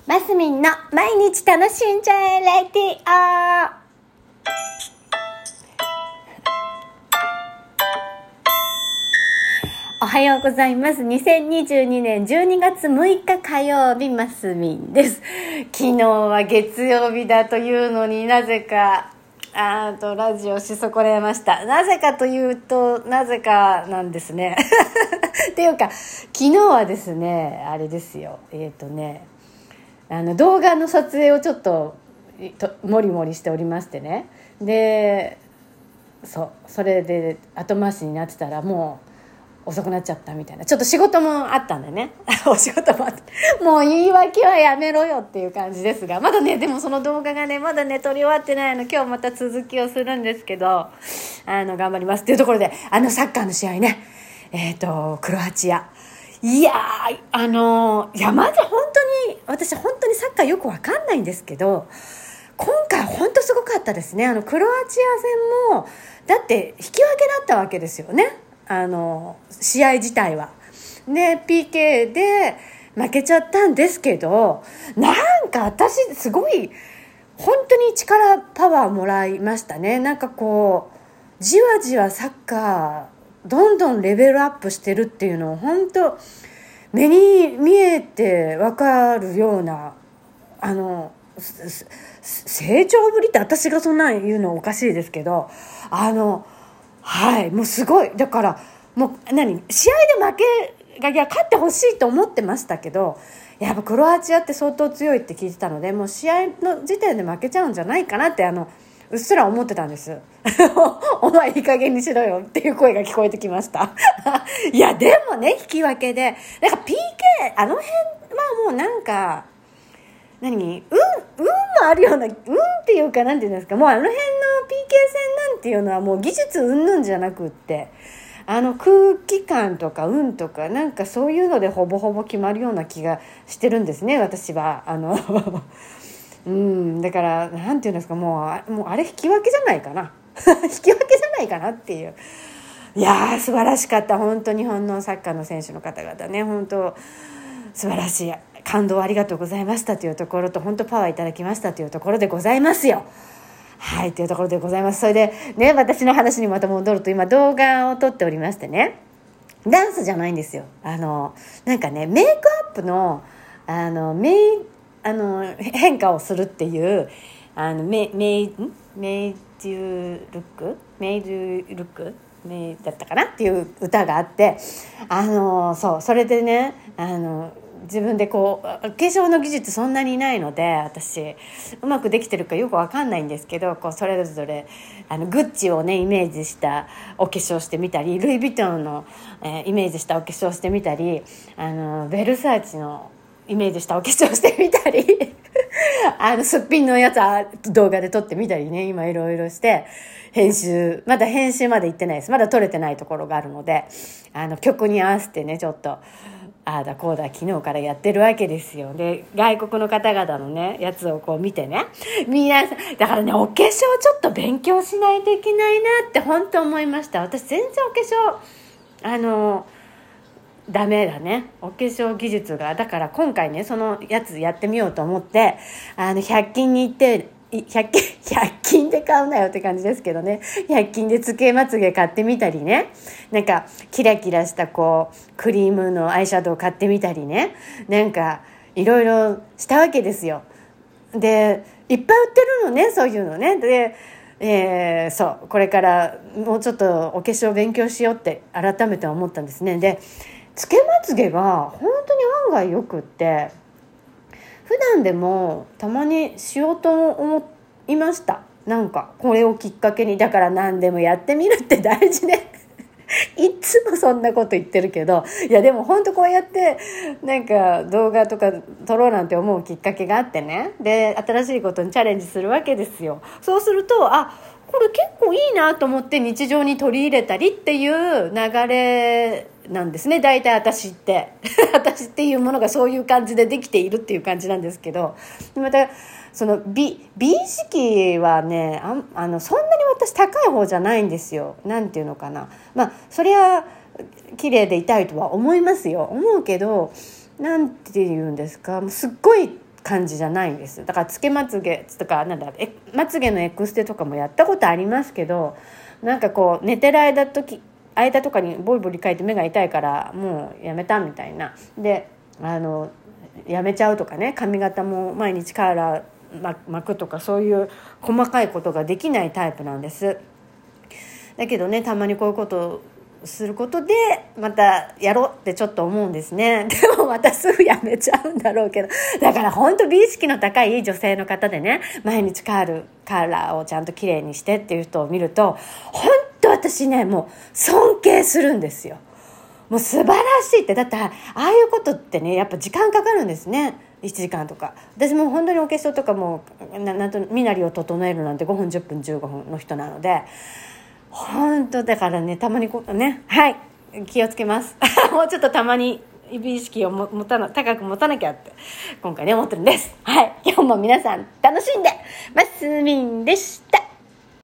マスミンの毎日楽しんじゃえレディオ。おはようございます。2022年12月6日火曜日、マスミンです。昨日は月曜日だというのになぜかラジオし損ねました。なぜかというとなぜかなんですねっていうか昨日はですねあれですよ、動画の撮影をちょっともりもりしておりましてね。でそれで後回しになってたらもう遅くなっちゃったみたいな、ちょっと仕事もあったんでねお仕事もあってもう言い訳はやめろよっていう感じですが、まだねでもその動画がねまだね撮り終わってないの。今日また続きをするんですけど頑張りますっていうところで、サッカーの試合ね、クロアチア、いやまず本当に私本当にサッカーよくわかんないんですけど、今回本当すごかったですね。クロアチア戦もだって引き分けだったわけですよね、試合自体は。で PK で負けちゃったんですけど、なんか私すごい本当に力パワーもらいましたね。なんかこうじわじわサッカーどんどんレベルアップしてるっていうのを本当目に見えて分かるような成長ぶりって、私がそんなん言うのおかしいですけど、もうすごい。だからもう試合で負けが、いや勝ってほしいと思ってましたけど、やっぱクロアチアって相当強いって聞いてたので、もう試合の時点で負けちゃうんじゃないかなってうっすら思ってたんですお前いい加減にしろよっていう声が聞こえてきましたいやでもね、引き分けでなんか PK 辺はもうなんか運もあるような、っていうかなんていうんですか、もう辺の PK 戦なんていうのはもう技術云々じゃなくって、空気感とか運とかなんかそういうのでほぼほぼ決まるような気がしてるんですね、私は。だからなんていうんですか、もうあれ引き分けじゃないかな引き分けじゃないかなっていう。いやー素晴らしかった。本当日本のサッカーの選手の方々ね、本当素晴らしい、感動ありがとうございましたというところと、本当パワーいただきましたというところでございますよ。はいというところでございます。それでね、私の話にまた戻ると、今動画を撮っておりましてね、ダンスじゃないんですよ。なんかねメイクアップの変化をするっていうメイドゥルックだったかなっていう歌があって、それでね自分でこう化粧の技術そんなにないので、私うまくできてるかよく分かんないんですけど、こうそれぞれグッチをねイメージしたお化粧してみたり、ルイ・ヴィトンの、イメージしたお化粧してみたり、ベルサーチのイメージしたお化粧してみたりすっぴんのやつ動画で撮ってみたりね、今いろいろしてまだ編集まで行ってないです。まだ撮れてないところがあるので、曲に合わせてねちょっとああだこうだ昨日からやってるわけですよ。で外国の方々のねやつをこう見てね、皆さんだからねお化粧ちょっと勉強しないといけないなって本当思いました。私全然お化粧ダメだね、お化粧技術が。だから今回ねそのやつやってみようと思って100均に行って、100均で買うなよって感じですけどね、100均でつけまつげ買ってみたりね、なんかキラキラしたこうクリームのアイシャドウ買ってみたりね、なんかいろいろしたわけですよ。でいっぱい売ってるのね、そういうのね。でこれからもうちょっとお化粧勉強しようって改めて思ったんですね。でつけまつげが本当に案外よくって、普段でもたまにしようと思いました。なんかこれをきっかけに。だから何でもやってみるって大事ねいつもそんなこと言ってるけど、いやでも本当こうやってなんか動画とか撮ろうなんて思うきっかけがあってね、で新しいことにチャレンジするわけですよ。そうするとこれ結構いいなと思って日常に取り入れたりっていう流れなんですね、大体私って私っていうものがそういう感じでできているっていう感じなんですけど、またその美意識はねそんなに私高い方じゃないんですよ。なんていうのかな、そりゃ綺麗でいたいとは思いますよ、思うけど、なんていうんですか、すっごい感じじゃないんです。だからつけまつげとかまつげのエクステとかもやったことありますけど、なんかこう寝てる間とかにボリボリかいて目が痛いからもうやめたみたいなでやめちゃうとかね、髪型も毎日カーラー巻くとかそういう細かいことができないタイプなんです。だけどね、たまにこういうことをすることでまたやろうってちょっと思うんですね。でもまたすぐやめちゃうんだろうけど、だから本当美意識の高い女性の方でね、毎日カーラーをちゃんときれいにしてっていう人を見ると、本当私ねもう尊敬するんですよ。もう素晴らしいって。だってああいうことってねやっぱ時間かかるんですね。1時間とか。私も本当にお化粧とかも身なりを整えるなんて5分10分15分の人なので、本当だからね、たまにね、はい気をつけますもうちょっとたまに美意識を高く持たなきゃって今回ね思ってるんです。はい、今日も皆さん楽しんでますみんでした。